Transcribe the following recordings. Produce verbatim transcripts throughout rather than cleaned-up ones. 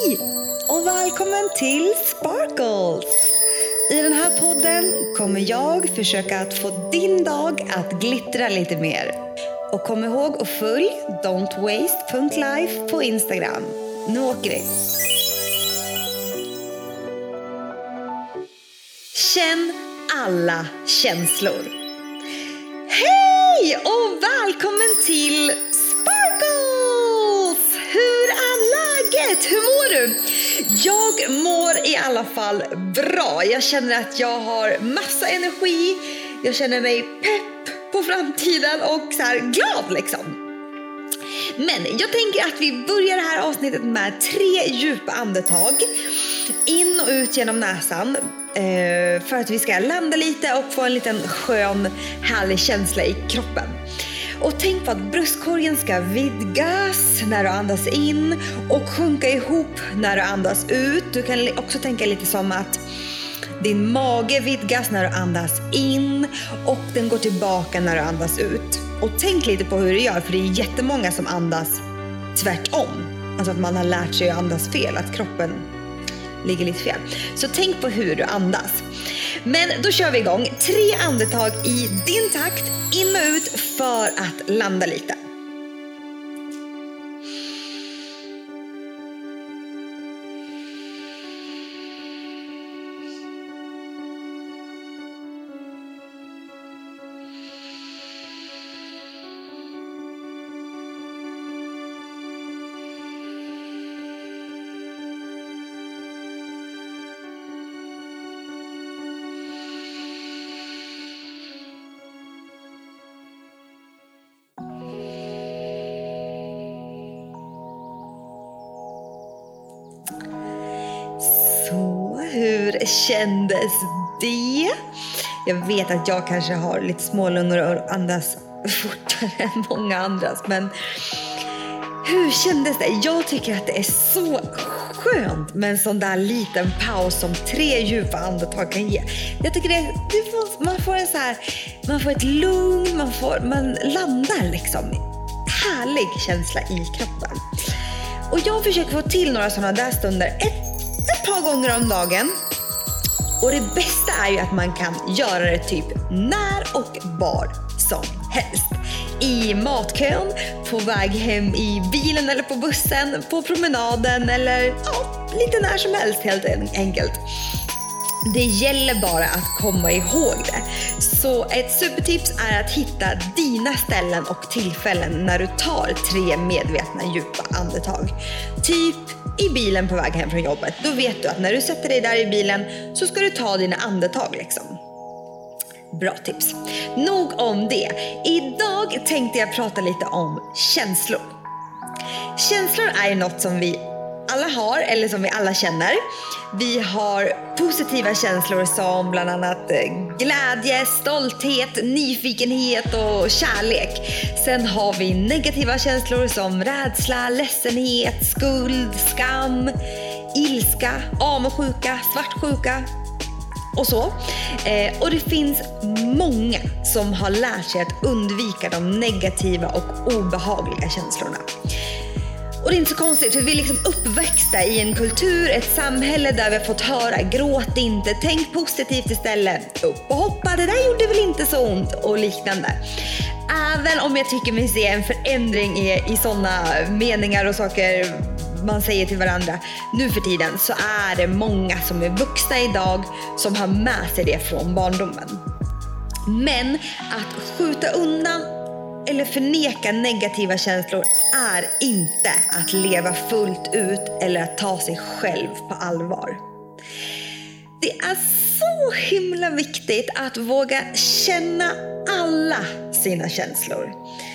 Hej och välkommen till Sparkles! I den här podden kommer jag försöka att få din dag att glittra lite mer. Och kom ihåg att följ don't waste punkt life på Instagram. Nu åker vi! Känn alla känslor. Hej och välkommen till Sparkles! Hur är läget? Hur mår du? Jag mår i alla fall bra. Jag känner att jag har massa energi. Jag känner mig pepp på framtiden och så här glad liksom. Men jag tänker att vi börjar det här avsnittet med tre djupa andetag. In och ut genom näsan. För att vi ska landa lite och få en liten skön, härlig känsla i kroppen. Och tänk på att bröstkorgen ska vidgas när du andas in och sjunka ihop när du andas ut. Du kan också tänka lite som att din mage vidgas när du andas in och den går tillbaka när du andas ut. Och tänk lite på hur du gör, för det är jättemånga som andas tvärtom. Alltså att man har lärt sig att andas fel, att kroppen ligger lite fel. Så tänk på hur du andas. Men då kör vi igång. Tre andetag i din takt, in och ut för att landa lite. Så, hur kändes det? Jag vet att jag kanske har lite smålungor och andas fortare än många andras. Men hur kändes det? Jag tycker att det är så skönt med en sån där liten paus som tre djupa andetag kan ge. Jag tycker det, det får, man får en så här, man får ett lugn, man, får, man landar liksom. Härlig känsla i kroppen. Och jag försöker få till några sådana där stunder ett ett par gånger om dagen. Och det bästa är ju att man kan göra det typ när och var som helst. I matkön, på väg hem i bilen eller på bussen, på promenaden eller ja, lite när som helst helt enkelt. Det gäller bara att komma ihåg det. Så ett supertips är att hitta dina ställen och tillfällen när du tar tre medvetna djupa andetag. Typ i bilen på väg hem från jobbet. Då vet du att när du sätter dig där i bilen så ska du ta dina andetag liksom. Bra tips. Nog om det. Idag tänkte jag prata lite om känslor. Känslor är ju något som vi alla har eller som vi alla känner. Vi har positiva känslor som bland annat glädje, stolthet, nyfikenhet och kärlek. Sen har vi negativa känslor som rädsla, ledsenhet, skuld, skam, ilska, avundsjuka, svartsjuka och så. Eh, och det finns många som har lärt sig att undvika de negativa och obehagliga känslorna. Och det är inte så konstigt, för vi är liksom uppväxta i en kultur, ett samhälle där vi har fått höra gråt inte, tänk positivt istället, upp och hoppa, det där gjorde väl inte så ont och liknande. Även om jag tycker mig se en förändring i, i sådana meningar och saker man säger till varandra nu för tiden, så är det många som är vuxna idag som har med sig det från barndomen. Men att skjuta undan eller förneka negativa känslor är inte att leva fullt ut eller att ta sig själv på allvar. Det är så himla viktigt att våga känna alla sina känslor.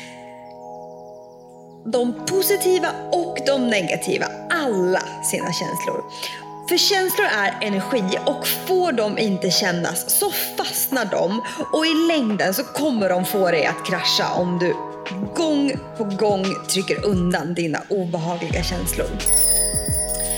De positiva och de negativa, alla sina känslor. För känslor är energi och får de inte kännas så fastnar de och i längden så kommer de få dig att krascha om du gång på gång trycker undan dina obehagliga känslor.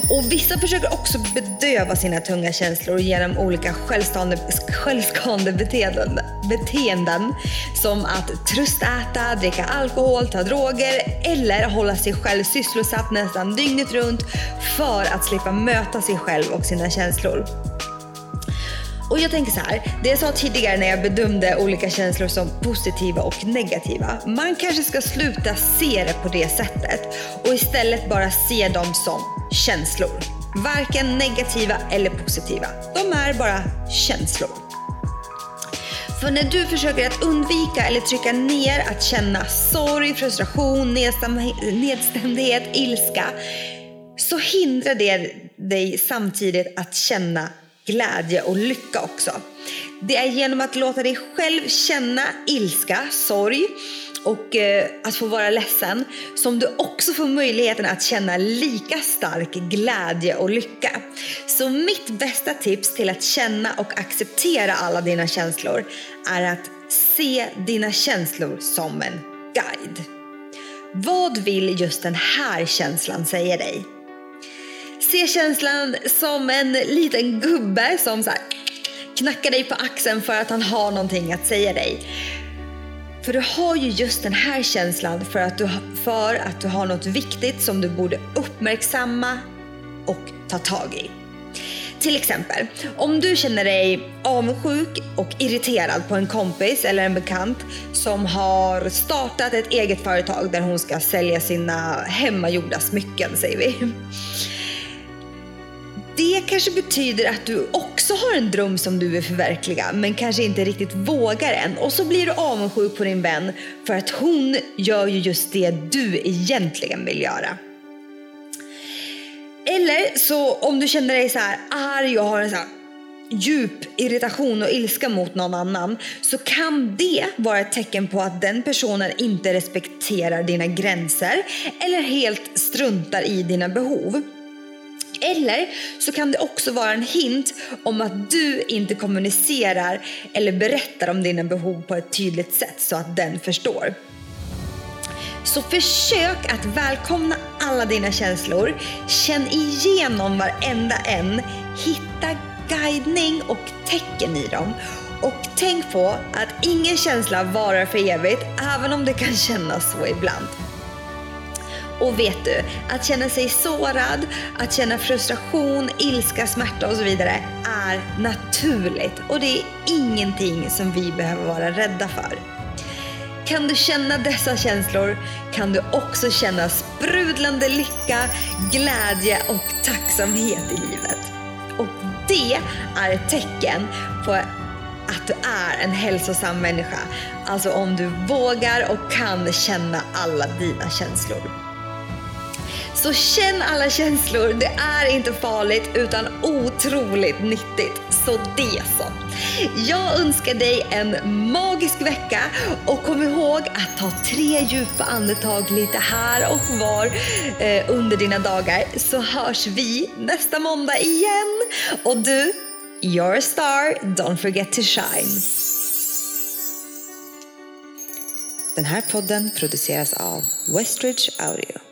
Och vissa försöker också bedöva sina tunga känslor genom olika självstående, självskadande beteenden, beteenden som att tröstäta, dricka alkohol, ta droger eller hålla sig själv sysselsatt nästan dygnet runt för att slippa möta sig själv och sina känslor. Och jag tänker så här, det jag sa tidigare när jag bedömde olika känslor som positiva och negativa. Man kanske ska sluta se det på det sättet och istället bara se dem som känslor. Varken negativa eller positiva. De är bara känslor. För när du försöker att undvika eller trycka ner att känna sorg, frustration, nedstämdhet, ilska, så hindrar det dig samtidigt att känna glädje och lycka också. Det är genom att låta dig själv känna ilska, sorg och eh, att få vara ledsen som du också får möjligheten att känna lika stark glädje och lycka. Så mitt bästa tips till att känna och acceptera alla dina känslor är att se dina känslor som en guide. Vad vill just den här känslan säga dig? Se känslan som en liten gubbe som så här knackar dig på axeln för att han har någonting att säga dig. För du har ju just den här känslan för att du, för att du har något viktigt som du borde uppmärksamma och ta tag i. Till exempel, om du känner dig avundsjuk och irriterad på en kompis eller en bekant som har startat ett eget företag där hon ska sälja sina hemmagjorda smycken, säger vi. Det kanske betyder att du också har en dröm som du vill förverkliga men kanske inte riktigt vågar än. Och så blir du avundsjuk på din vän för att hon gör ju just det du egentligen vill göra. Eller så om du känner dig så här arg och har en så här djup irritation och ilska mot någon annan, så kan det vara ett tecken på att den personen inte respekterar dina gränser eller helt struntar i dina behov. Eller så kan det också vara en hint om att du inte kommunicerar eller berättar om dina behov på ett tydligt sätt så att den förstår. Så försök att välkomna alla dina känslor, känn igenom varenda en, hitta guidning och tecken i dem. Och tänk på att ingen känsla varar för evigt, även om det kan kännas så ibland. Och vet du, att känna sig sårad, att känna frustration, ilska, smärta och så vidare är naturligt. Och det är ingenting som vi behöver vara rädda för. Kan du känna dessa känslor kan du också känna sprudlande lycka, glädje och tacksamhet i livet. Och det är ett tecken på att du är en hälsosam människa. Alltså om du vågar och kan känna alla dina känslor. Så känn alla känslor, det är inte farligt utan otroligt nyttigt. Så det så. Jag önskar dig en magisk vecka och kom ihåg att ta tre djupa andetag lite här och var eh, under dina dagar, så hörs vi nästa måndag igen. Och du, you're a star, don't forget to shine. Den här podden produceras av Westridge Audio.